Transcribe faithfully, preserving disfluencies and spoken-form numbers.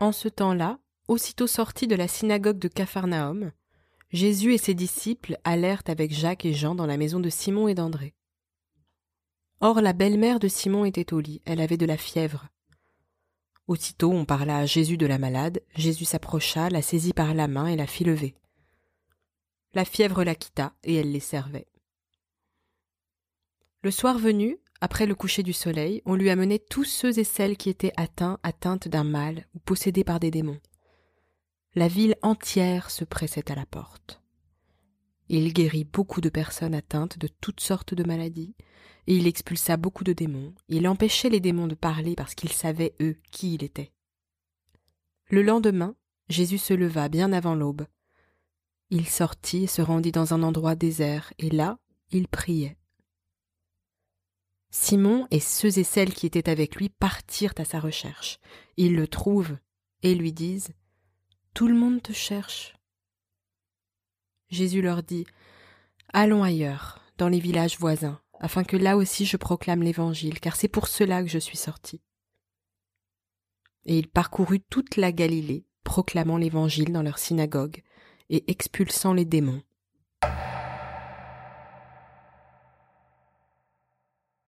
En ce temps-là, aussitôt sortis de la synagogue de Capharnaüm, Jésus et ses disciples allèrent avec Jacques et Jean dans la maison de Simon et d'André. Or la belle-mère de Simon était au lit, elle avait de la fièvre. Aussitôt on parla à Jésus de la malade, Jésus s'approcha, la saisit par la main et la fit lever. La fièvre la quitta et elle les servait. Le soir venu, après le coucher du soleil, on lui amenait tous ceux et celles qui étaient atteints, atteintes d'un mal ou possédés par des démons. La ville entière se pressait à la porte. Il guérit beaucoup de personnes atteintes de toutes sortes de maladies, et il expulsa beaucoup de démons. Il empêchait les démons de parler parce qu'ils savaient, eux, qui il était. Le lendemain, Jésus se leva bien avant l'aube. Il sortit et se rendit dans un endroit désert, et là, il priait. Simon et ceux et celles qui étaient avec lui partirent à sa recherche. Ils le trouvent et lui disent « Tout le monde te cherche ». Jésus leur dit « Allons ailleurs, dans les villages voisins, afin que là aussi je proclame l'Évangile, car c'est pour cela que je suis sorti. » Et il parcourut toute la Galilée, proclamant l'Évangile dans leur synagogue et expulsant les démons.